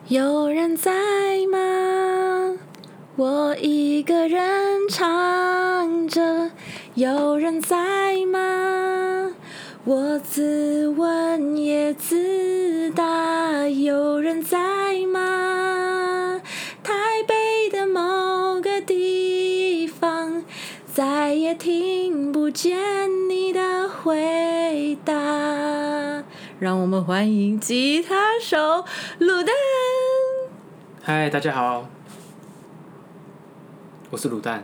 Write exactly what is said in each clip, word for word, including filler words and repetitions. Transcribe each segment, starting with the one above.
有人在吗？我一个人唱着。有人在吗？我自问也自答。有人在吗？台北的某个地方，再也听不见你的回答。让我们欢迎吉他手卤蛋。 嗨，大家好，我是卤蛋。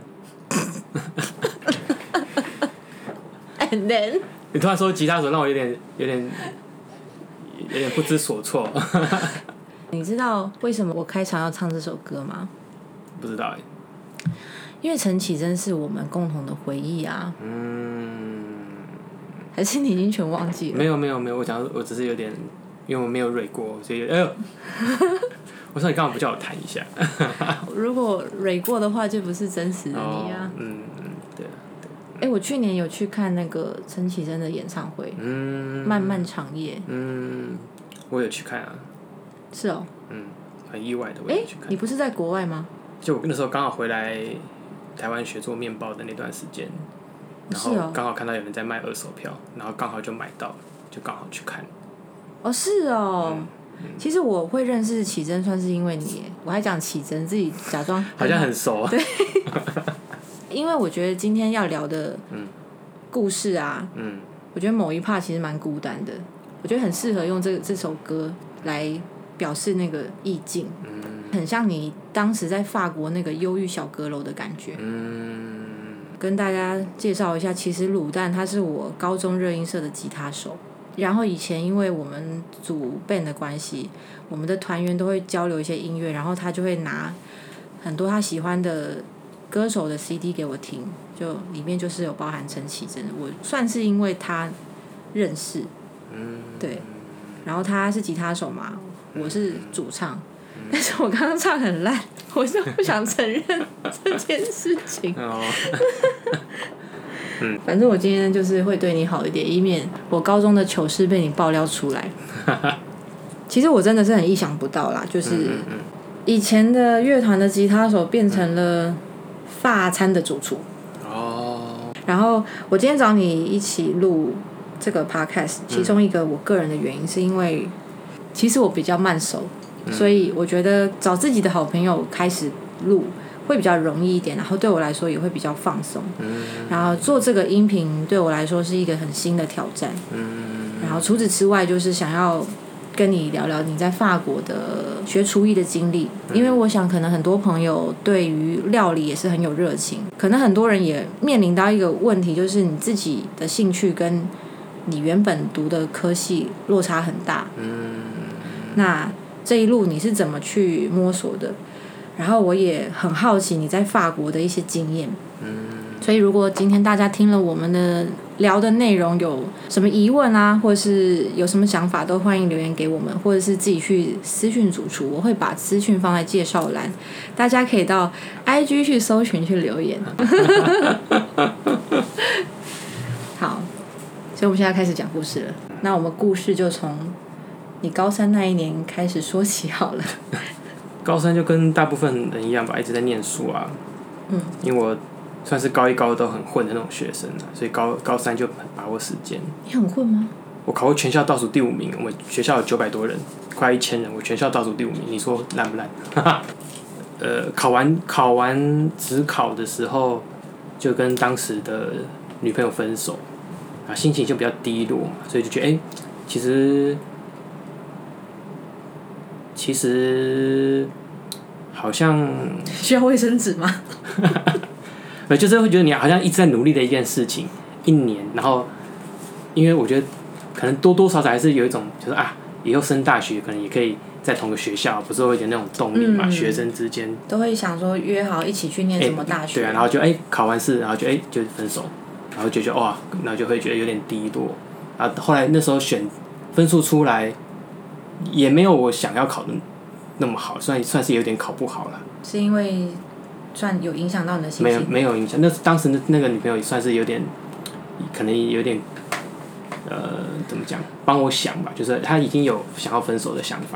And then 你突然说吉他手，让我有点、有点、有点不知所措。 你知道为什么我开场要唱这首歌吗？ 不知道哎。 因为陈绮贞是我们共同的回忆啊。 嗯。 还是你已经全忘记了？ 没有没有没有，我讲我只是有点，因为我没有蕊过，所以哎呦。我说你干嘛不叫我弹一下？ 如果蕊过的话，就不是真实的你啊。 哦、嗯嗯，对啊对。 哎、欸，我去年有去看那个陈绮贞的演唱会，嗯，漫漫长夜， 嗯，我有去看啊。 是哦。 嗯，很意外的，我也去看。 哎、欸，你不是在国外吗？ 就我那时候刚好回来台湾学做面包的那段时间，然后刚好看到有人在卖二手票，然后刚好就买到，就刚好去看。 哦，是哦。嗯嗯、其实我会认识绮贞，算是因为你，我还讲绮贞，自己假装好像很熟。 对。因为我觉得今天要聊的故事啊，嗯，我觉得某一 part 其实蛮孤单的，我觉得很适合用这这首歌来表示那个意境，嗯，很像你当时在法国那个忧郁小阁楼的感觉，嗯，跟大家介绍一下，其实卤蛋他是我高中热音社的吉他手，然后以前因为我们组 band 的关系，我们的团员都会交流一些音乐，然后他就会拿很多他喜欢的歌手的 C D 给我听，就里面就是有包含陈绮贞，我算是因为他认识，嗯，对，然后他是吉他手嘛，我是主唱，嗯、但是我刚刚唱很烂，我就不想承认这件事情。哦嗯，反正我今天就是会对你好一点，以免我高中的糗事被你爆料出来。其实我真的是很意想不到啦，就是以前的乐团的吉他手变成了法餐的主厨。哦。然后我今天找你一起录这个 podcast， 其中一个我个人的原因是因为，其实我比较慢熟，嗯、所以我觉得找自己的好朋友开始录会比较容易一点，然后对我来说也会比较放松。嗯。然后做这个音频对我来说是一个很新的挑战。嗯。然后除此之外，就是想要跟你聊聊你在法国的学厨艺的经历，因为我想可能很多朋友对于料理也是很有热情，可能很多人也面临到一个问题，就是你自己的兴趣跟你原本读的科系落差很大。嗯。那这一路你是怎么去摸索的？然后我也很好奇你在法国的一些经验。嗯。所以如果今天大家听了我们的聊的内容有什么疑问啊，或者是有什么想法，都欢迎留言给我们，或者是自己去私讯主厨，我会把资讯放在介绍栏，大家可以到 I G 去搜寻去留言。好，所以我们现在开始讲故事了。那我们故事就从你高三那一年开始说起好了。 高三就跟大部分人一样吧，一直在念书啊。嗯。因为我算是高一高二都很混的那种学生啊，所以高高三就很把握时间。 你很混吗？ 我考过全校倒数第五名，我们学校有九百多人，快一千人，我全校倒数第五名，你说烂不烂？呃，考完考完指考的时候，就跟当时的女朋友分手，啊，心情就比较低落，所以就觉得哎、欸，其实其实好像需要卫生纸吗？ 就是会觉得你好像一直在努力的一件事情，一年，然后因为我觉得可能多多少少还是有一种就是啊，以后升大学可能也可以在同个学校，不是会有点那种动力嘛？嗯、学生之间都会想说约好一起去念什么大学， 欸、对啊，然后就哎、欸、考完试，然后就哎、欸、就分手，然后就觉得哇，然后就会觉得有点低落，啊，后来那时候选分数出来，也没有我想要考的那么好，算算是有点考不好了。 是因为算有影响到你的心情？ 没有没有影响，那当时那个女朋友也算是有点，可能有点，呃，怎么讲？帮我想吧，就是她已经有想要分手的想法，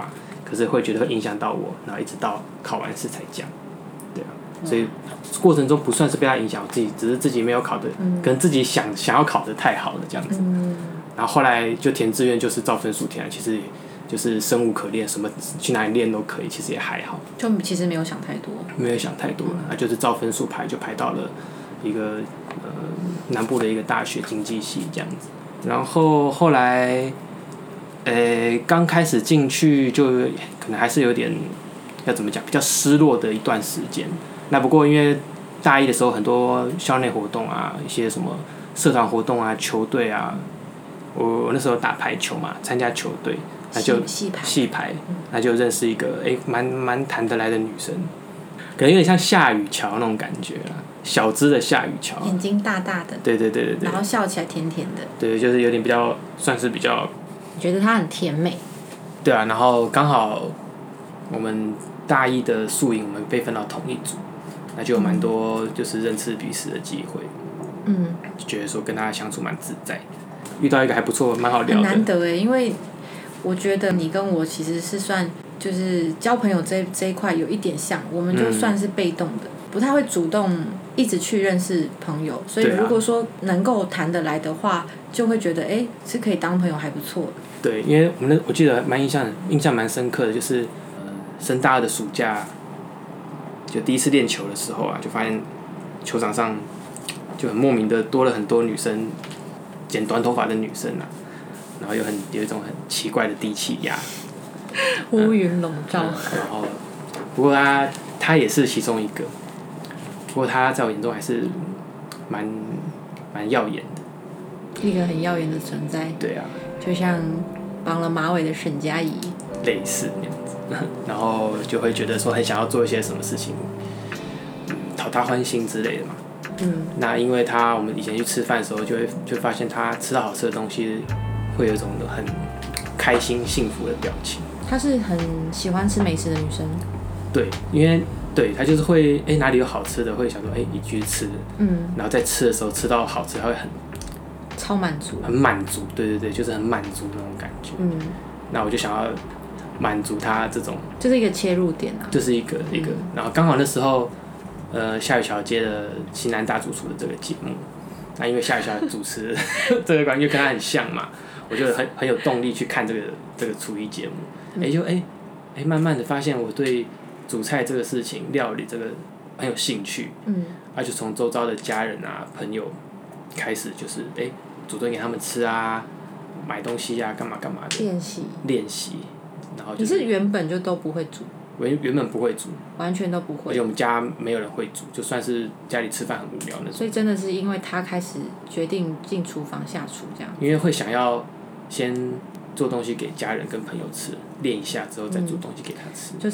可是会觉得会影响到我，然后一直到考完试才讲，对啊，所以过程中不算是被他影响，我自己只是自己没有考的，嗯、跟自己想想要考的太好了这样子，嗯、然后后来就填志愿就是照分数填，其实就是生无可恋，什么去哪里练都可以，其实也还好， 就其实没有想太多， 没有想太多，那、嗯、就是照分数排就排到了一个呃南部的一个大学经济系这样子，然后后来。呃，刚开始进去就可能还是有点要怎么讲，比较失落的一段时间。那不过因为大一的时候很多校内活动啊，一些什么社团活动啊、球队啊，我我那时候打排球嘛，参加球队，那就系排， 系排，那就认识一个哎蛮蛮谈得来的女生，可能有点像夏雨乔那种感觉啦，小只的夏雨乔， 眼睛大大的， 对对对对对， 然后笑起来甜甜的， 对，就是有点比较算是比较。 觉得她很甜美。 对啊，然后刚好我们大一的宿营，我们被分到同一组，那就有蛮多就是认识彼此的机会。嗯。就觉得说跟他相处蛮自在的，遇到一个还不错、蛮好聊的。 很难得哎，因为我觉得你跟我其实是算就是交朋友这这一块有一点像，我们就算是被动的，嗯、不太会主动一直去认识朋友，所以如果说能够谈得来的话，就会觉得哎是可以当朋友还不错。 对，因为我们我记得蛮印象印象蛮深刻的，就是呃升大二的暑假，就第一次练球的时候啊，就发现球场上就很莫名的多了很多女生，剪短头发的女生啊，然后有很有一种很奇怪的低气压， 乌云笼罩、嗯嗯。然后，不过他他也是其中一个，不过他在我眼中还是蛮蛮耀眼的， 一个很耀眼的存在。 对啊。 就像绑了马尾的沈佳宜， 类似那样子，然后就会觉得说很想要做一些什么事情，嗯，讨他欢心之类的嘛。嗯。那因为他我们以前去吃饭的时候，就会就发现他吃到好吃的东西，会有一种很开心幸福的表情。 她是很喜欢吃美食的女生。 对，因为对她就是会哎哪里有好吃的，会想说哎一去吃，嗯，然后在吃的时候吃到好吃，她会很。 超满足， 很满足，对对对，就是很满足那种感觉。嗯，那我就想要满足他这种， 就是一个切入点啊， 就是一个、嗯、一个，然后刚好那时候，呃，夏雨乔接了《型男大主厨》的这个节目，那因为夏雨乔主持这个关于跟他很像嘛，我就很很有动力去看这个这个厨艺节目，哎、嗯欸、就哎哎、欸、慢慢的发现我对煮菜这个事情、料理这个很有兴趣，嗯，而且从周遭的家人啊朋友开始就是哎。欸煮顿给他们吃啊，买东西啊，干嘛干嘛的。 练习。练习，然后、 就是。你是原本就都不会煮？ 原原本不会煮。 完全都不会。 而且我们家没有人会煮，就算是家里吃饭很无聊那种。 所以真的是因为他开始决定进厨房下厨这样。 因为会想要先做东西给家人跟朋友吃，练一下之后再做东西给他吃。 嗯、就是。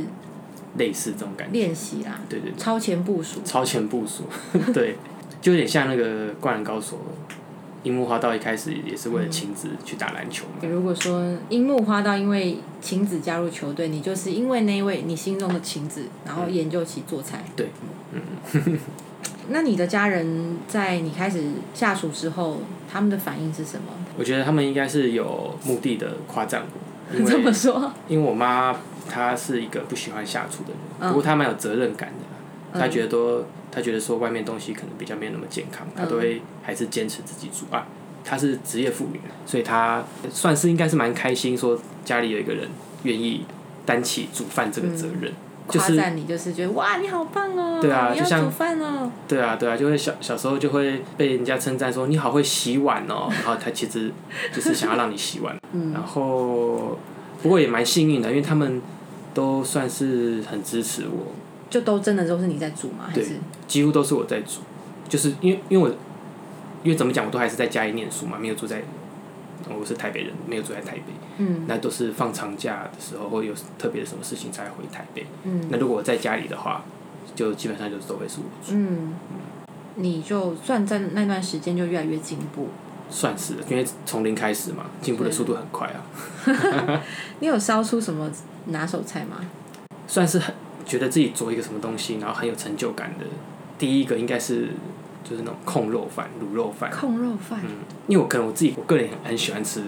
类似这种感觉。 练习啦。 对对对。 超前部署。 超前部署，对，就有點像那個灌篮高手。樱木花道一开始也是为了晴子去打篮球嘛。 如果说樱木花道因为晴子加入球队，你就是因为那一位你心中的晴子，然后研究起做菜。 对， 嗯。那你的家人在你开始下厨之后，他们的反应是什么？ 我觉得他们应该是有目的的夸赞我。 怎么说？ 因为我妈她是一个不喜欢下厨的人，嗯、不过她蛮有责任感的，她觉得都。他觉得说外面东西可能比较没有那么健康，他都会还是坚持自己煮啊。她是职业妇女，所以她算是应该是蛮开心，说家里有一个人愿意担起煮饭这个责任。 夸赞你就是觉得哇你好棒哦， 对啊， 你要煮饭哦。 对啊对啊，就会小小时候就会被人家称赞说你好会洗碗哦，然后他其实就是想要让你洗碗。嗯、然后不过也蛮幸运的，因为他们都算是很支持我。 就都真的都是你在煮吗？还是？ 对，几乎都是我在煮，就是因为因为我，因为怎么讲，我都还是在家里念书嘛，没有住在，我是台北人，没有住在台北，嗯，那都是放长假的时候或有特别的什么事情才回台北，嗯，那如果我在家里的话，就基本上就是都会是我煮，嗯， 你就算在那段时间就越来越进步， 算是，因为从零开始嘛，进步的速度很快啊。 你有烧出什么拿手菜吗？ 算是很。觉得自己做一个什么东西，然后很有成就感的，第一个应该是就是那种控肉饭、卤肉饭。 控肉饭。 嗯，因为我可能我自己我个人很很喜欢吃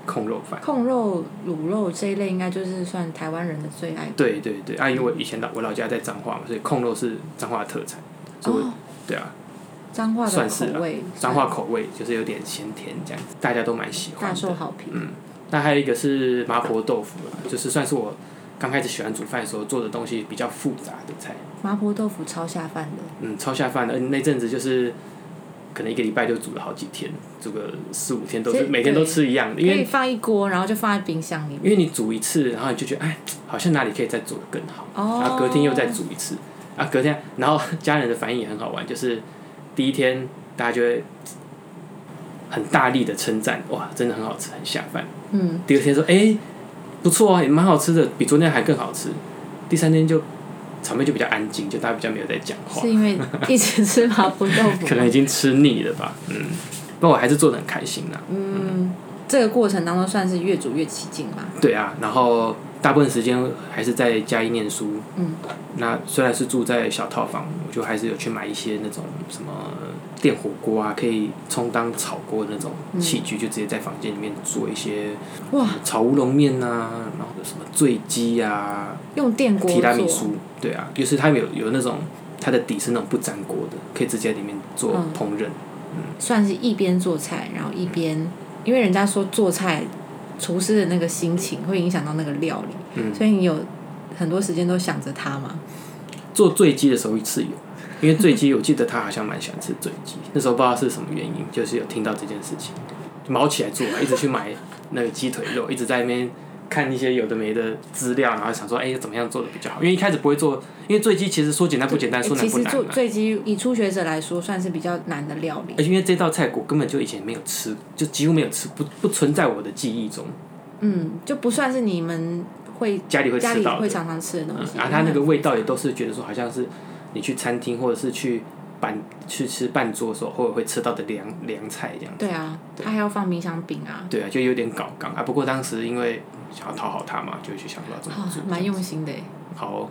控肉饭。 控肉、卤肉这一类应该就是算台湾人的最爱。 对对对，啊，因为我以前老我老家在彰化嘛，所以控肉是彰化的特产，所以我、哦、对啊。 彰化的口味， 彰化口味就是有点咸甜这样子，大家都蛮喜欢的， 大受好评。 嗯，那还有一个是麻婆豆腐啦，就是算是我刚开始喜欢煮饭的时候做的东西比较复杂的菜。 麻婆豆腐超下饭的。 嗯，超下饭的，那阵子就是可能一个礼拜就煮了好几天，煮个四五天都是每天都吃一样的，因为可以放一锅，然后就放在冰箱里面。 因为你煮一次，然后你就觉得哎，好像哪里可以再做得更好， 哦、 然后隔天又再煮一次，啊，隔天，然后家人的反应也很好玩，就是第一天。大家就会很大力的称赞，哇，真的很好吃，很下饭。 嗯。 第二天说，哎、欸，不错啊，也蛮好吃的，比昨天还更好吃。第三天就场面就比较安静，就大家比较没有在讲话。 是因为一直吃麻婆豆腐。 可能已经吃腻了吧，嗯。不过我还是做得很开心啦。 嗯，嗯这个过程当中算是越煮越起劲嘛。 对啊，然后大部分时间还是在嘉义念书。 嗯。 那虽然是住在小套房，我就还是有去买一些那种什么电火锅啊，可以充当炒锅的那种器具，嗯、就直接在房间里面做一些哇炒乌龙面啊，然后什么醉鸡啊， 用电锅做提拉米苏，对啊，就是它有有那种它的底是那种不粘锅的，可以直接在里面做烹饪。嗯，嗯算是一边做菜，然后一边、嗯，因为人家说做菜，厨师的那个心情会影响到那个料理，嗯，所以你有很多时间都想着它嘛。 做醉鸡的时候一次有。因为醉鸡，我记得他好像蛮喜欢吃醉鸡，那时候不知道是什么原因，就是有听到这件事情，毛起来做，一直去买那个鸡腿肉，一直在那边看一些有的没的资料，然后想说，哎、欸，怎么样做的比较好？因为一开始不会做，因为醉鸡其实说简单不简单，说难不难、啊。 其实做醉鸡以初学者来说，算是比较难的料理。 而且因为这道菜我根本就以前没有吃，就几乎没有吃，不不存在我的记忆中。 嗯，就不算是你们会家里会吃到的， 家里会常常吃的东西。 嗯、啊，它那个味道也都是觉得说好像是。你去餐厅或者是去半去吃半桌的时候，偶尔会吃到的凉凉菜这样子。 对啊，它还要放冰箱饼啊。 对啊，就有点搞刚啊。不过当时因为想要讨好他嘛，就去想到这么做。 蛮、哦、用心的耶。 好、哦。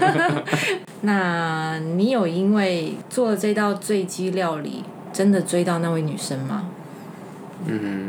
那你有因为做了这道醉鸡料理，真的追到那位女生吗？ 嗯，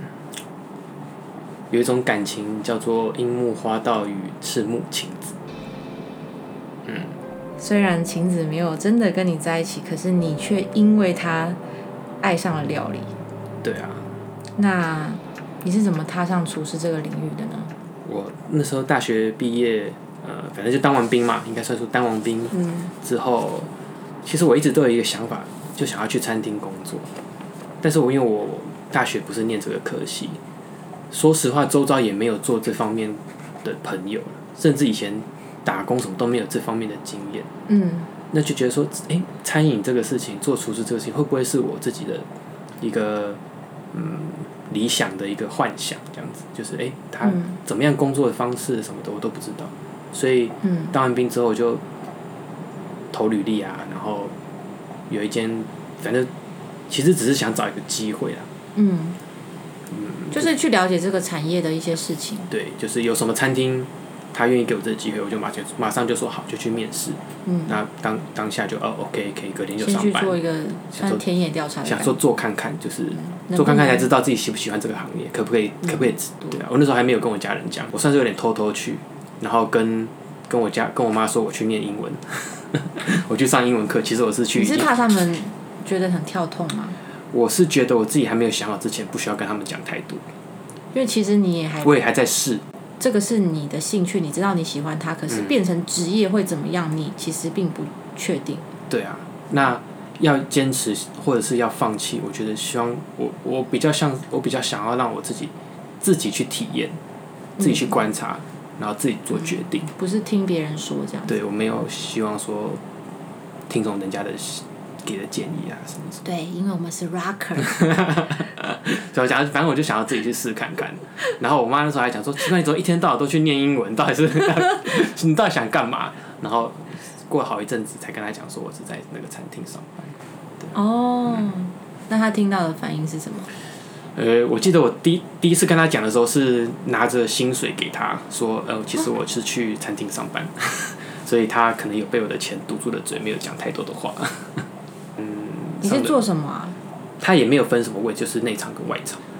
有一种感情叫做樱木花道与赤木晴子。嗯。 虽然晴子没有真的跟你在一起，可是你却因为他爱上了料理。 对啊。 那你是怎么踏上厨师这个领域的呢？ 我那时候大学毕业，呃，反正就当完兵嘛，应该算是当完兵。嗯。之后，其实我一直都有一个想法，就想要去餐厅工作。但是我因为我大学不是念这个科系，说实话，周遭也没有做这方面的朋友，甚至以前。打工什么都没有这方面的经验，嗯，那就觉得说，哎、欸，餐饮这个事情，做厨师这个事情，会不会是我自己的一个嗯理想的一个幻想？这样子，就是哎、欸，他怎么样工作的方式什么的，我都不知道。所以，嗯，当完兵之后我就投履历啊，然后有一间，反正其实只是想找一个机会啦，嗯， 嗯，就是去了解这个产业的一些事情。 对，就是有什么餐厅。他愿意给我这个机会，我就马上马上就说好，就去面试。嗯，那当当下就哦 ，OK， 可以隔天就上班。 先去做一个算田野调查的感觉。 想说做看看，就是、嗯、做看看才知道自己喜不喜欢这个行业，可不可以，可不可以？嗯、对啊，我那时候还没有跟我家人讲，我算是有点偷偷去，然后跟跟我家跟我妈说我去念英文，我去上英文课。其实我是去。 你是怕他们觉得很跳痛吗？ 我是觉得我自己还没有想好之前，不需要跟他们讲太多。 因为其实你也还。 我也还在试。 这个是你的兴趣，你知道你喜欢它，可是变成职业会怎么样？你其实并不确定。 对啊，那要坚持或者是要放弃，我觉得希望我我比较像我比较想要让我自己自己去体验，自己去观察，嗯、然后自己做决定， 不是听别人说这样。 对，我没有希望说听从人家的给的建议啊什么什么。 对，因为我们是 rocker。 所以我讲，反正我就想要自己去试看看。然后我妈那时候还讲说：“奇怪，你怎么一天到晚都去念英文？到底是你到底想干嘛？”然后过了好一阵子才跟她讲说我是在那个餐厅上班。 哦、嗯，那她听到的反应是什么？ 呃，我记得我第第一次跟她讲的时候是拿着薪水给她说：“呃，其实我是去餐厅上班。”所以她可能有被我的钱堵住了嘴，没有讲太多的话。嗯， 你是做什么啊？ 他也没有分什么位，就是内场跟外场。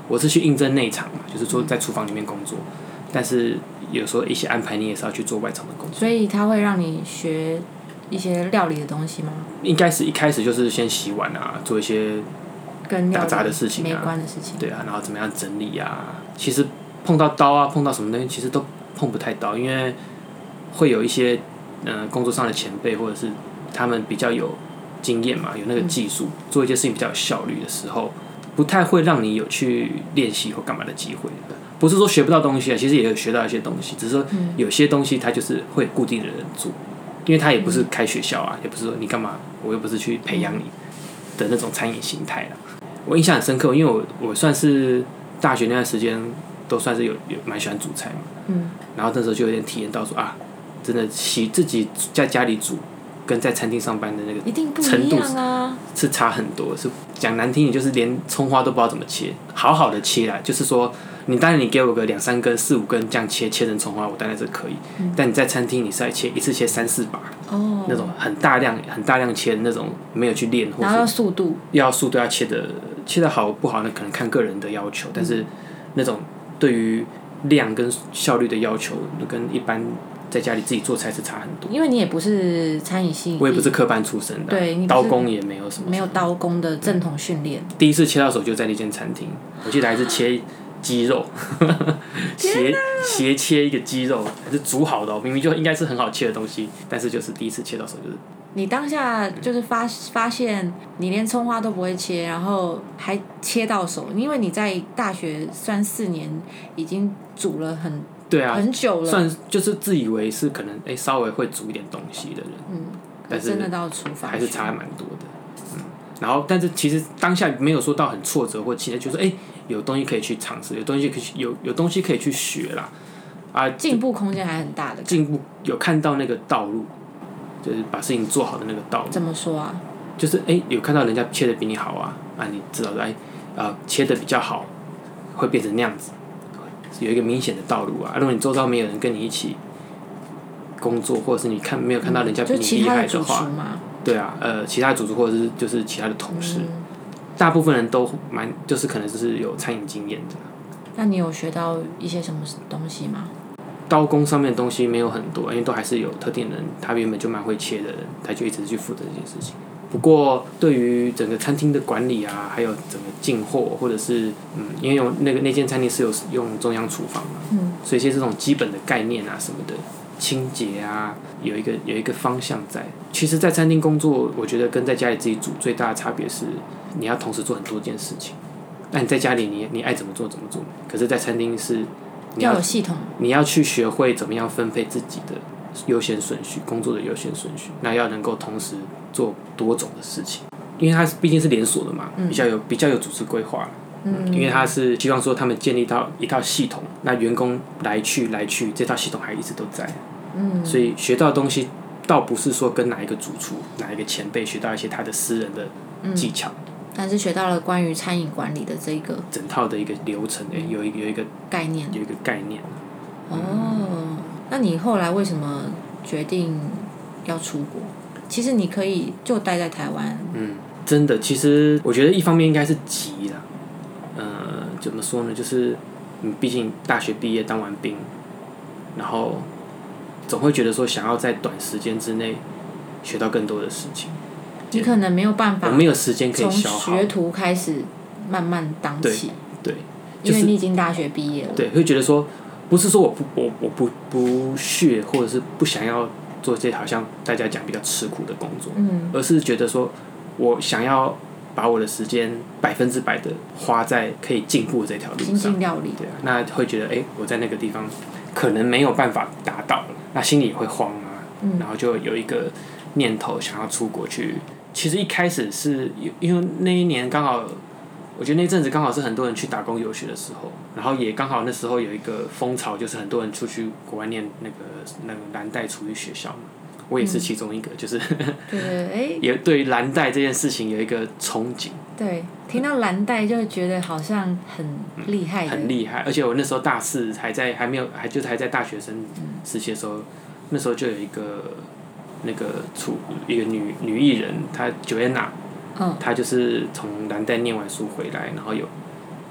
我是去应征内场嘛，就是说在厨房里面工作，但是有时候一些安排你也是要去做外场的工作。 所以他会让你学一些料理的东西吗？ 应该是一开始就是先洗碗啊，做一些跟打杂的事情啊， 没关的事情。 对啊，然后怎么样整理啊？其实碰到刀啊，碰到什么东西，其实都碰不太到，因为会有一些呃工作上的前辈或者是他们比较有经验嘛，有那个技术，嗯、做一些事情比较有效率的时候，不太会让你有去练习或干嘛的机会。不是说学不到东西啊，其实也有学到一些东西，只是说有些东西它就是会固定的人做，因为他也不是开学校啊，也不是说你干嘛，我又不是去培养你的那种餐饮形态啦。我印象很深刻，因为我我算是大学那段时间都算是有有蛮喜欢煮菜嘛，嗯，然后那时候就有点体验到说啊，真的洗自己在家里煮跟在餐厅上班的那个程度是、啊、是差很多，是讲难听点就是连葱花都不知道怎么切，好好的切啦，就是说你当然你给我个两三根四五根这样切切成葱花，我当然是可以，嗯、但你在餐厅你是来切一次切三四把，哦，那种很大量很大量切的那种没有去练，或然后要速度， 要速度要切的切的好不好呢？可能看个人的要求，但是那种对于量跟效率的要求，跟一般在家里自己做菜是差很多。因为你也不是餐饮系， 我也不是科班出身的、啊， 对， 刀工也没有什么， 没有刀工的正统训练。 第一次切到手就在那间餐厅，我记得还是切鸡肉，斜斜切一个鸡肉，还是煮好的、哦，明明就应该是很好切的东西，但是就是第一次切到手就是。 你当下就是发发现你连葱花都不会切，然后还切到手，因为你在大学算四年已经煮了很对啊很久了， 算就是自以为是可能哎、欸、稍微会煮一点东西的人， 嗯， 但是真的到厨房还是差蛮多的，嗯，然后但是其实当下没有说到很挫折或气馁，就是哎、欸、有东西可以去尝试，有东西可以去有有东西可以去学啦，啊， 进步空间还很大的， 进步有看到那个道路。就是把事情做好的那个道路。 怎么说啊？ 就是哎、欸，有看到人家切的比你好啊，啊，你知道哎，啊，切的比较好，会变成那样子，有一个明显的道路啊。如果你周遭没有人跟你一起工作，或者是你看没有看到人家比你厉害的话， 嗯、 对啊，呃，其他主厨或者是就是其他的同事，嗯、大部分人都蛮就是可能就是有餐饮经验的。 那你有学到一些什么东西吗？ 刀工上面的东西没有很多，因为都还是有特定人，他原本就蛮会切的人，他就一直去负责这件事情。不过对于整个餐厅的管理啊，还有整个进货，或者是嗯，因为用那个那间餐厅是有用中央厨房嘛，嗯，所以一些这种基本的概念啊什么的，清洁啊，有一个有一个方向在。其实，在餐厅工作，我觉得跟在家里自己煮最大的差别是，你要同时做很多件事情。那你在家里你，你你爱怎么做怎么做，可是，在餐厅是。你要要有系统， 你要去学会怎么样分配自己的优先顺序，工作的优先顺序，那要能够同时做多种的事情，因为它毕竟是连锁的嘛，嗯、比较有比较有组织规划，嗯，因为它是希望说他们建立到一套系统，那员工来去来去，这套系统还一直都在，嗯，所以学到的东西倒不是说跟哪一个主厨、哪一个前辈学到一些他的私人的技巧。嗯， 但是学到了关于餐饮管理的这个整套的一个流程，欸、有一个有一个概念， 有一个概念。 哦，嗯、那你后来为什么决定要出国？其实你可以就待在台湾。 嗯，真的，其实我觉得一方面应该是急啦，呃，怎么说呢？就是你毕竟大学毕业当完兵，然后总会觉得说想要在短时间之内学到更多的事情。 你可能没有办法， 我没有时间可以消耗。 从学徒开始慢慢当起， 对，对， 因为你已经大学毕业了。 对，会觉得说，不是说我不我我不不屑，或者是不想要做这些好像大家讲比较吃苦的工作，嗯，而是觉得说我想要把我的时间百分之百的花在可以进步的这条路上。 精进料理， 对啊，那会觉得哎、欸，我在那个地方可能没有办法达到了，那心里也会慌啊，嗯、然后就有一个念头想要出国去。其实一开始是因为那一年刚好，我觉得那阵子刚好是很多人去打工游学的时候，然后也刚好那时候有一个风潮，就是很多人出去国外念那个那个蓝带厨艺学校嘛，我也是其中一个，嗯、就是对对哎， 也对于蓝带这件事情有一个憧憬。 对，听到蓝带就觉得好像很厉害的、 嗯，很厉害。而且我那时候大四还在还没有还就是还在大学生时期的时候，嗯、那时候就有一个。那个出一个女女艺人，她 Joanna，嗯，她就是从蓝带念完书回来，然后有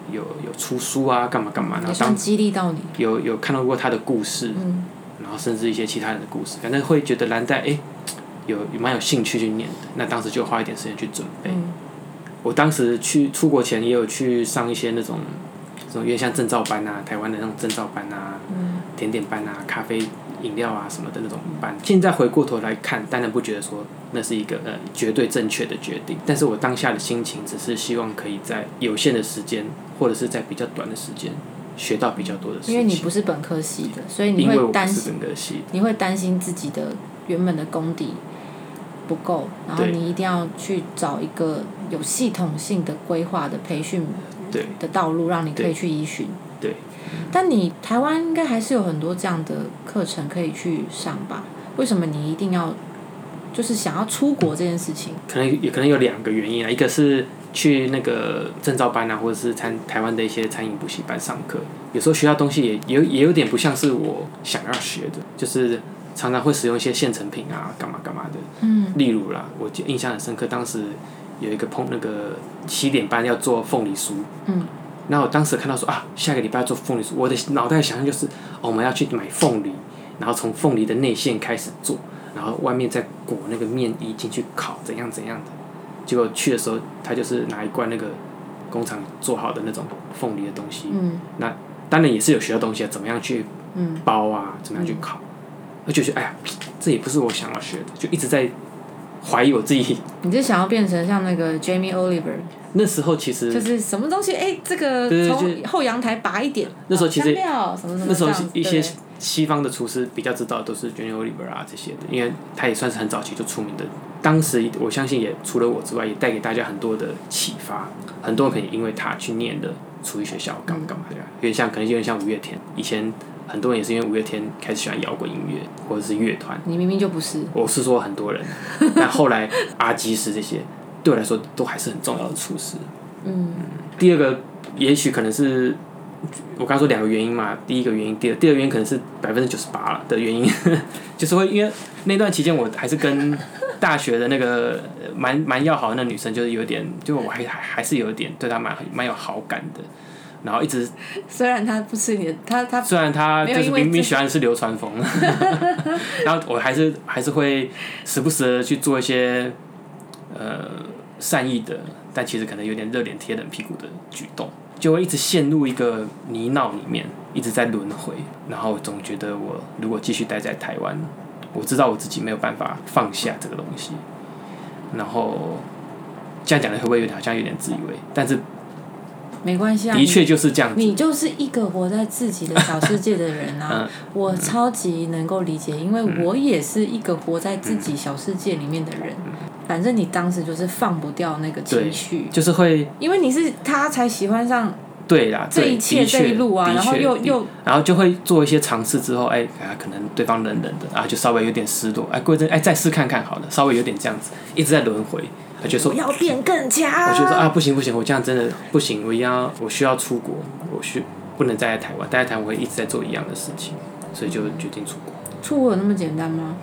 有有出书啊，干嘛干嘛，然后当激励到你， 有有看到过他的故事， 嗯， 然后甚至一些其他人的故事，反正会觉得蓝带哎有有蛮有兴趣去念的，那当时就花一点时间去准备。 嗯、 我当时去出国前也有去上一些那种，这种有点像证照班啊，台湾的那种证照班啊， 嗯、 甜点班啊，咖啡饮料啊什么的那种班。现在回过头来看，当然不觉得说那是一个呃绝对正确的决定，但是我当下的心情只是希望可以在有限的时间，或者是在比较短的时间学到比较多的事情。 因为你不是本科系的，所以你会担心，你会担心自己的原本的功底不够，然后你一定要去找一个有系统性的规划的培训的道路，让你可以去依循。 对。 但你台湾应该还是有很多这样的课程可以去上吧？为什么你一定要就是想要出国这件事情？ 可能也可能有两个原因啊，一个是去那个证照班啊，或者是餐台湾的一些餐饮补习班上课，有时候学到东西也也有也有点不像是我想要学的，就是常常会使用一些现成品啊，干嘛干嘛的。 嗯。 例如啦，我印象很深刻，当时有一个碰那个西点班要做凤梨酥。 嗯。 然后我当时看到说啊，下个礼拜要做凤梨酥，我的脑袋想象就是、哦，我们要去买凤梨，然后从凤梨的内馅开始做，然后外面再裹那个面衣进去烤，怎样怎样的。结果去的时候，他就是拿一罐那个工厂做好的那种凤梨的东西。 嗯。 那当然也是有学到东西啊，怎么样去包啊，怎么样去烤。我就觉得哎呀，这也不是我想要学的，就一直在怀疑我自己。 你就想要变成像那个 Jamie Oliver？ 那时候其实就是什么东西，哎，这个从后阳台拔一点。 那时候其实什么什么那时候一些西方的厨师比较知道都是 Jamie Oliver 啊这些的，因为他也算是很早期就出名的。当时我相信也除了我之外，也带给大家很多的启发。很多人可以因为他去念的厨艺学校，干嘛干嘛的，有点像可能有点像五月天。以前很多人也是因为五月天开始喜欢摇滚音乐或者是乐团。 你明明就不是。我是说很多人，但后来阿基师这些对我来说都还是很重要的厨师。 嗯。 第二个也许可能是我刚说两个原因嘛，第一个原因，第二第二个原因可能是百分之九十八的原因，就是会因为那段期间我还是跟大学的那个蛮蛮要好的那女生，就是有点，就我还还是有点对她蛮蛮有好感的，然后一直虽然她不是你的，她她虽然她就是明明喜欢的是流川枫，然后我还是还是会时不时的去做一些呃善意的，但其实可能有点热脸贴冷屁股的举动。就会一直陷入一个泥淖里面，一直在轮回，然后总觉得我如果继续待在台湾，我知道我自己没有办法放下这个东西，然后这样讲的会不会有点好像有点自以为？但是没关系啊， 的确就是这样子。 你就是一个活在自己的小世界的人啊，嗯、我超级能够理解，因为我也是一个活在自己小世界里面的人。嗯、反正你当时就是放不掉那个情绪， 就是会， 因为你是他才喜欢上。 对啦， 这一切这一路啊，然后又又， 然后就会做一些尝试之后，哎，可能对方冷冷的啊，就稍微有点失落，哎，过一阵哎再试看看好了，稍微有点这样子，一直在轮回，他就说我要变更强， 我觉得说啊不行不行，我这样真的不行，我一定要我需要出国，我需不能待在台湾，待在台湾我会一直在做一样的事情，所以就决定出国。 出国有那么简单吗？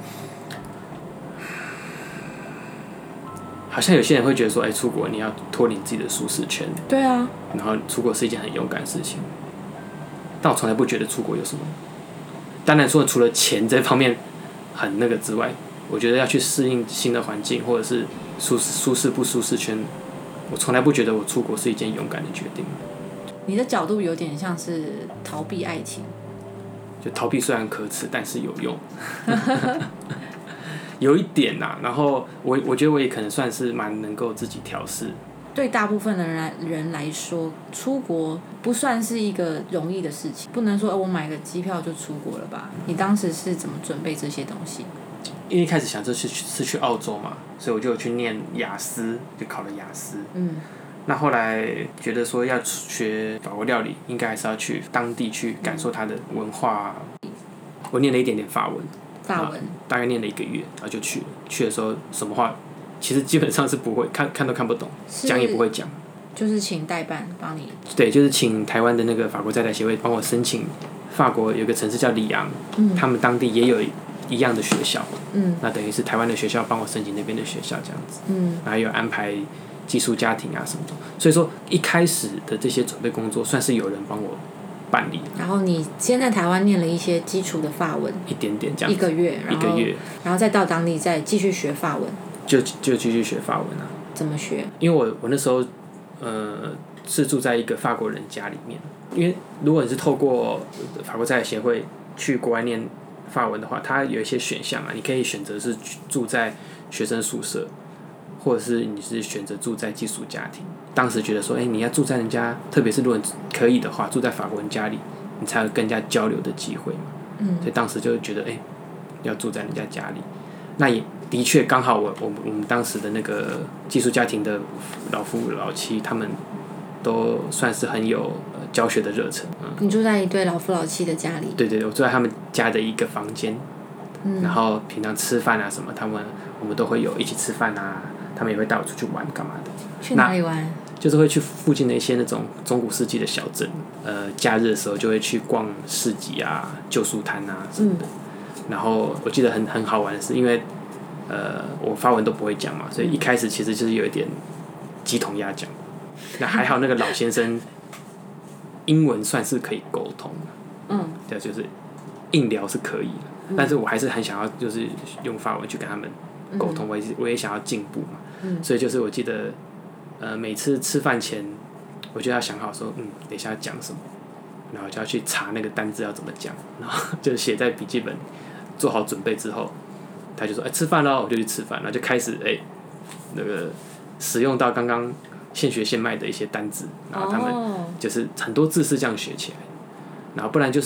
好像有些人会觉得说，哎，出国你要脱离自己的舒适圈。 对啊。 然后出国是一件很勇敢的事情，但我从来不觉得出国有什么。当然说除了钱这方面很那个之外，我觉得要去适应新的环境，或者是舒舒适不舒适圈，我从来不觉得我出国是一件勇敢的决定。 你的角度有点像是逃避爱情。 就逃避虽然可耻，但是有用。有一点呐、啊，然后我我觉得我也可能算是蛮能够自己调试。 对大部分的人来人来说，出国不算是一个容易的事情，不能说、哦、我买个机票就出国了吧？你当时是怎么准备这些东西？ 因为一开始想着是是去澳洲嘛，所以我就有去念雅思，就考了雅思。 嗯。 那后来觉得说要学法国料理，应该还是要去当地去感受它的文化。嗯、我念了一点点法文。 法文大概念了一个月，然后就去了。去的时候什么话，其实基本上是不会看，看都看不懂，讲也不会讲。 就是请代办帮你。 对，就是请台湾的那个法国在台协会帮我申请，法国有个城市叫里昂、嗯，他们当地也有一样的学校。嗯。那等于是台湾的学校帮我申请那边的学校这样子。嗯。然后有安排寄宿家庭啊什么的。所以说一开始的这些准备工作算是有人帮我办理。 然后你先在台湾念了一些基础的法文， 一点点这样子， 一个月， 一个月， 然后再到当地再继续学法文， 就就继续学法文啊。 怎么学？ 因为我我那时候呃是住在一个法国人家里面，因为如果你是透过法国在台协会去国外念法文的话，它有一些选项啊，你可以选择是住在学生宿舍，或者是你是选择住在寄宿家庭。当时觉得说，哎、欸，你要住在人家，特别是如果可以的话，住在法国人家里，你才有跟人家交流的机会嘛。嗯。所以当时就觉得，哎、欸，要住在人家家里。那也的确刚好我我们我们当时的那个寄宿家庭的老夫老妻，他们都算是很有、呃、教学的热忱。嗯。 你住在一对老夫老妻的家里？ 对对对，我住在他们家的一个房间。嗯。然后平常吃饭啊什么，他们我们都会有一起吃饭啊，他们也会带我出去玩干嘛的。 去哪里玩？ 就是会去附近的一些那种中古世纪的小镇，呃，假日的时候就会去逛市集啊、旧书摊啊什么的。嗯、然后我记得很很好玩的是，因为呃我法文都不会讲嘛，所以一开始其实就是有一点鸡同鸭讲。那还好那个老先生英文算是可以沟通，嗯，对，就是硬聊是可以的，嗯、但是我还是很想要就是用法文去跟他们沟通，嗯、我也我也想要进步嘛，嗯、所以就是我记得。呃，每次吃饭前，我就要想好说，嗯，等一下要讲什么，然后就要去查那个单字要怎么讲，然后就写在笔记本，做好准备之后，他就说，哎、欸，吃饭咯，我就去吃饭，然后就开始哎、欸，那个使用到刚刚现学现卖的一些单字，然后他们就是很多字是这样学起来，然后不然就是，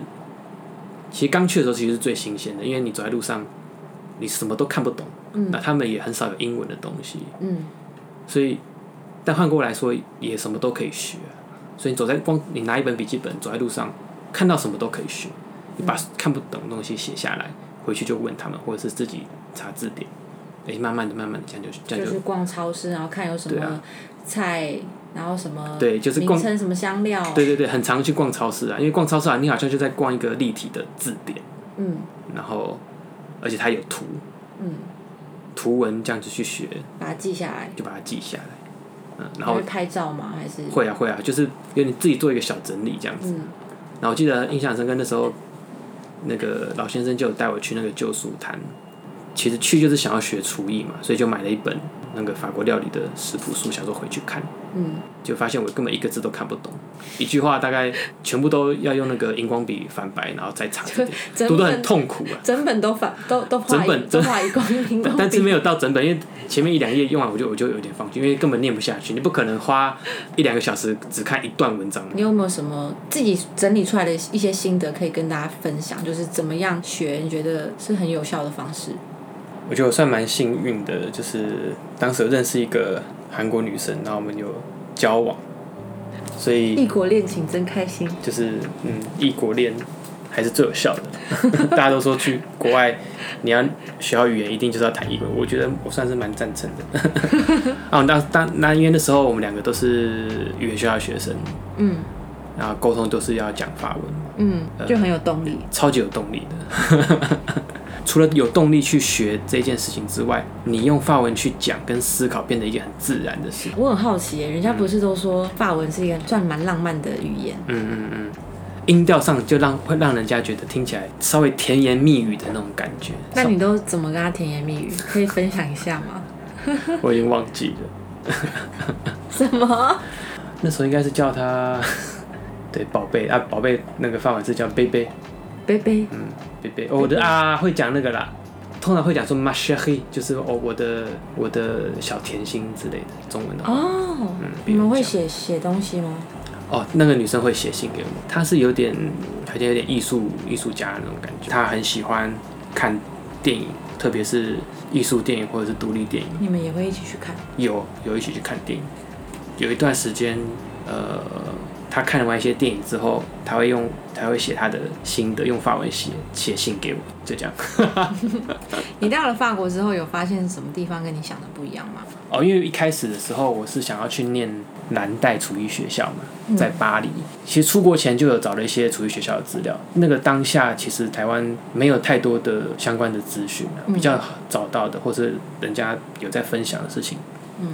其实刚去的时候其实是最新鲜的，因为你走在路上，你什么都看不懂，嗯、那他们也很少有英文的东西，嗯，所以。但换过来说，也什么都可以学、啊，所以你走在光你拿一本笔记本走在路上，看到什么都可以学。你把看不懂的东西写下来，回去就问他们，或者是自己查字典。哎、欸，慢慢的、慢慢的这样就这样就。 就是逛超市，然后看有什么菜，啊、然后什么对，就是逛名称什么香料。 对对对，很常去逛超市啊，因为逛超市啊，你好像就在逛一个立体的字典。嗯。然后，而且它有图。嗯。图文这样子去学。 把它记下来。 就把它记下来。然后会拍照吗？还是会啊会啊，就是有你自己做一个小整理这样子。嗯、然后我记得印象深刻，那时候那个老先生就有带我去那个旧书摊，其实去就是想要学厨艺嘛，所以就买了一本那个法国料理的食谱书，想说回去看。嗯。就发现我根本一个字都看不懂，一句话大概全部都要用那个荧光笔反白，然后再查字典，读得很痛苦啊。 整本都反都都画整本都画荧光荧光笔， 但是没有到整本，因为前面一两页用完我就我就有点放弃，因为根本念不下去。你不可能花一两个小时只看一段文章。 你有没有什么自己整理出来的一些心得可以跟大家分享？就是怎么样学，你觉得是很有效的方式？ 我觉得我算蛮幸运的，就是当时认识一个韩国女生，然后我们有交往，所以异国恋情真开心。 就是嗯，异国恋还是最有效的。大家都说去国外，你要学好语言，一定就是要谈英文。我觉得我算是蛮赞成的。啊，当当那因为那时候我们两个都是语言学校的学生，嗯，然后沟通都是要讲法文， 嗯，就很有动力， 呃、超级有动力的。除了有动力去学这件事情之外，你用法文去讲跟思考变得一件很自然的事。 我很好奇耶，人家不是都说法文是一个算蛮浪漫的语言？ 嗯嗯嗯，音调上就让会让人家觉得听起来稍微甜言蜜语的那种感觉。 那你都怎么跟他甜言蜜语？可以分享一下吗？ 我已经忘记了。 什么？ 那时候应该是叫他对宝贝啊，宝贝那个法文是叫贝贝。 贝贝， 嗯，贝贝，哦、我的啊会讲那个啦，通常会讲说 ma chérie， 就是哦我的我的小甜心之类的中文的话。 哦，嗯，你们会写写东西吗？ 哦，那个女生会写信给我，她是有点好像有点艺术艺术家的那种感觉，她很喜欢看电影，特别是艺术电影或者是独立电影。 你们也会一起去看？ 有有一起去看电影，有一段时间，呃。他看完一些电影之后，他会用，他会写他的心得，用法文写写信给我，就这样。 你到了法国之后，有发现什么地方跟你想的不一样吗？ 哦，因为一开始的时候，我是想要去念蓝带厨艺学校嘛，在巴黎。嗯、其实出国前就有找了一些厨艺学校的资料。那个当下，其实台湾没有太多的相关的资讯，比较找到的，或是人家有在分享的事情。嗯。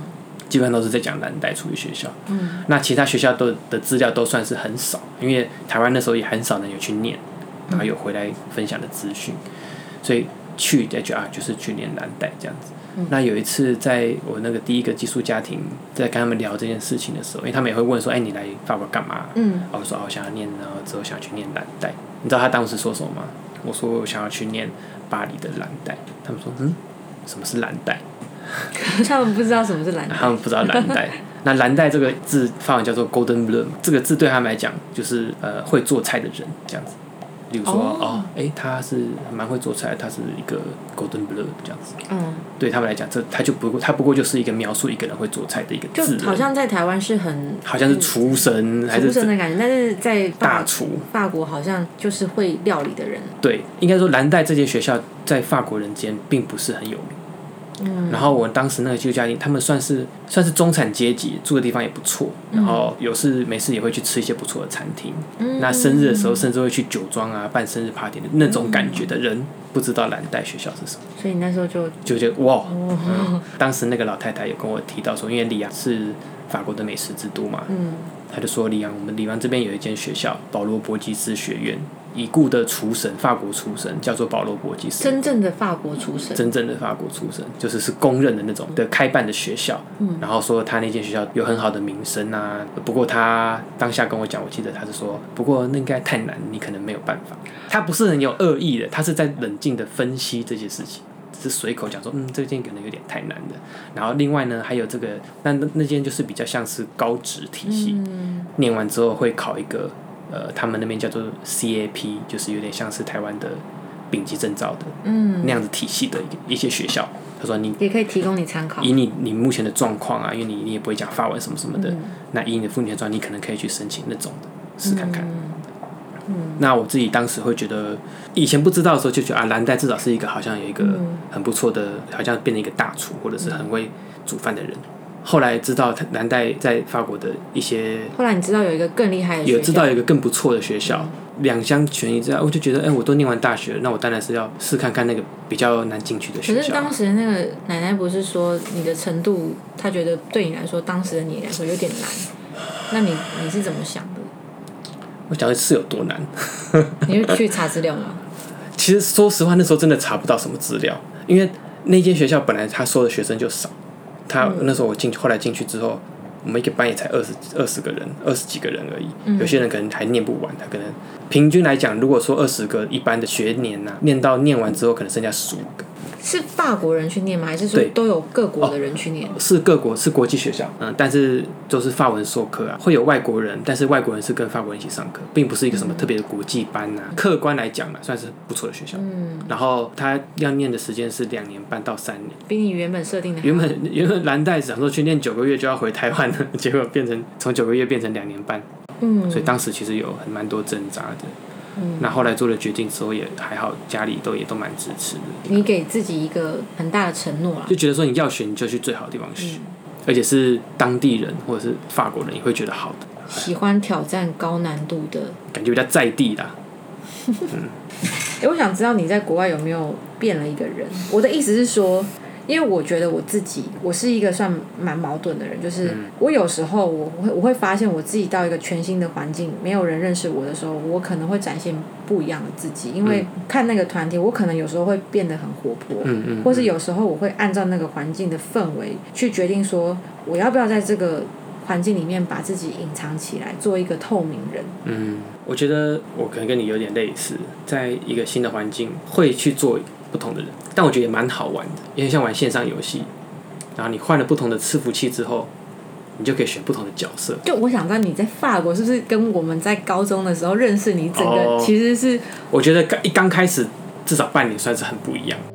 基本上都是在讲蓝带处理学校。 嗯， 那其他学校都的资料都算是很少，因为台湾那时候也很少人有去念，然后有回来分享的资讯，所以去 H R 就是去念蓝带这样子。嗯、那有一次在我那个第一个寄宿家庭在跟他们聊这件事情的时候，因为他们也会问说：“哎、欸，你来法国干嘛？”嗯，我说：“哦，我想要念，然后之后想要去念蓝带。”你知道他当时说什么吗？我说：“我想要去念巴黎的蓝带。”他们说：“嗯，什么是蓝带？” 他们不知道什么是蓝带。 他们不知道蓝带。那蓝带这个字法文叫做 Golden Bleu， 这个字对他们来讲就是呃会做菜的人这样子。例如说，哦，哦，哎，他是蛮会做菜，他是一个 Golden Bleu 这样子。嗯，对他们来讲，这他就不过他不过就是一个描述一个人会做菜的一个字， 就好像在台湾是很好像是厨神还是厨神的感觉，但是在大厨法国好像就是会料理的人。 对，应该说蓝带这些学校在法国人间并不是很有名。嗯，然后我当时那个寄宿家庭，他们算是算是中产阶级，住的地方也不错，然后有事没事也会去吃一些不错的餐厅。嗯，那生日的时候甚至会去酒庄啊办生日 party 的那种感觉的人，不知道蓝带学校是什么。 所以你那时候就就觉得哇、哦嗯，当时那个老太太有跟我提到说，因为里昂是法国的美食之都嘛，嗯，他就说里昂我们里昂这边有一间学校保罗博基斯学院。已故的厨神，法国厨神叫做保罗博基斯， 真正的法国厨神， 真正的法国厨神，就是是公认的那种的开办的学校。嗯，然后说他那间学校有很好的名声啊。不过他当下跟我讲，我记得他是说，不过那应该太难，你可能没有办法。他不是很有恶意的，他是在冷静的分析这些事情，只是随口讲说，嗯，这件可能有点太难的。然后另外呢，还有这个，那那间就是比较像是高职体系，嗯、念完之后会考一个。呃，他们那边叫做 C A P， 就是有点像是台湾的丙级证照的，嗯，那样子体系的一些学校。他说你也可以提供你参考， 以你你目前的状况啊，因为你你也不会讲法文什么什么的，嗯、那以你的父母的状况，你可能可以去申请那种的，试看看。嗯嗯、那我自己当时会觉得，以前不知道的时候就觉得啊，蓝带至少是一个好像有一个很不错的，好像变成一个大厨或者是很会煮饭的人。后来知道蓝带在法国的一些， 后来你知道有一个更厉害的学校， 有知道有一个更不错的学校，嗯、两相权宜之下，我就觉得，哎、欸，我都念完大学了，那我当然是要试看看那个比较难进去的学校。 可是当时那个奶奶不是说你的程度，她觉得对你来说，当时的你来说有点难，那你你是怎么想的？ 我想的是有多难？ 你会去查资料吗？ 其实说实话，那时候真的查不到什么资料，因为那间学校本来他收的学生就少。他那时候我进去，后来进去之后，我们一个班也才二十二十个人，二十几个人而已。嗯、有些人可能还念不完，他可能平均来讲，如果说二十个一般的学年呐、啊，念到念完之后，可能剩下十五个。 是法国人去念吗？还是说都有各国的人去念？ 哦、是各国，是国际学校，嗯，但是都是法文授课啊，会有外国人，但是外国人是跟法国人一起上课，并不是一个什么特别的国际班呐、啊。嗯、客观来讲呢，算是不错的学校。嗯，然后他要念的时间是两年半到三年， 比你原本设定的原本原本蓝带想说去念九个月就要回台湾了，结果变成从九个月变成两年半。嗯，所以当时其实有很蛮多挣扎的。嗯、那后来做了决定之后也还好，家里都也都蛮支持的。 你给自己一个很大的承诺啊， 就觉得说你要学你就去最好的地方学，嗯、而且是当地人或者是法国人也会觉得好的。 喜欢挑战高难度的， 感觉比较在地啦。嗯欸，我想知道你在国外有没有变了一个人？我的意思是说。因为我觉得我自己，我是一个算蛮矛盾的人，就是我有时候我会我会发现我自己到一个全新的环境，没有人认识我的时候，我可能会展现不一样的自己。因为看那个团体，我可能有时候会变得很活泼，嗯嗯，或是有时候我会按照那个环境的氛围去决定说，我要不要在这个环境里面把自己隐藏起来，做一个透明人。嗯， 我觉得我可能跟你有点类似，在一个新的环境会去做不同的人，但我觉得也蛮好玩的，因为像玩线上游戏，然后你换了不同的伺服器之后，你就可以选不同的角色。 就我想知道你在法国是不是跟我们在高中的时候认识你整个、哦、其实是， 我觉得刚一刚开始至少半年算是很不一样。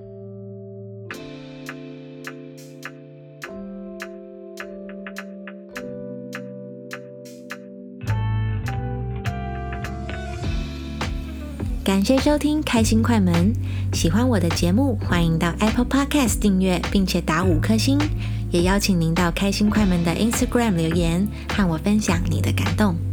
感谢收听开心快门，喜欢我的节目，欢迎到 Apple Podcast 订阅，并且打五颗星，也邀请您到开心快门的 Instagram 留言，和我分享你的感动。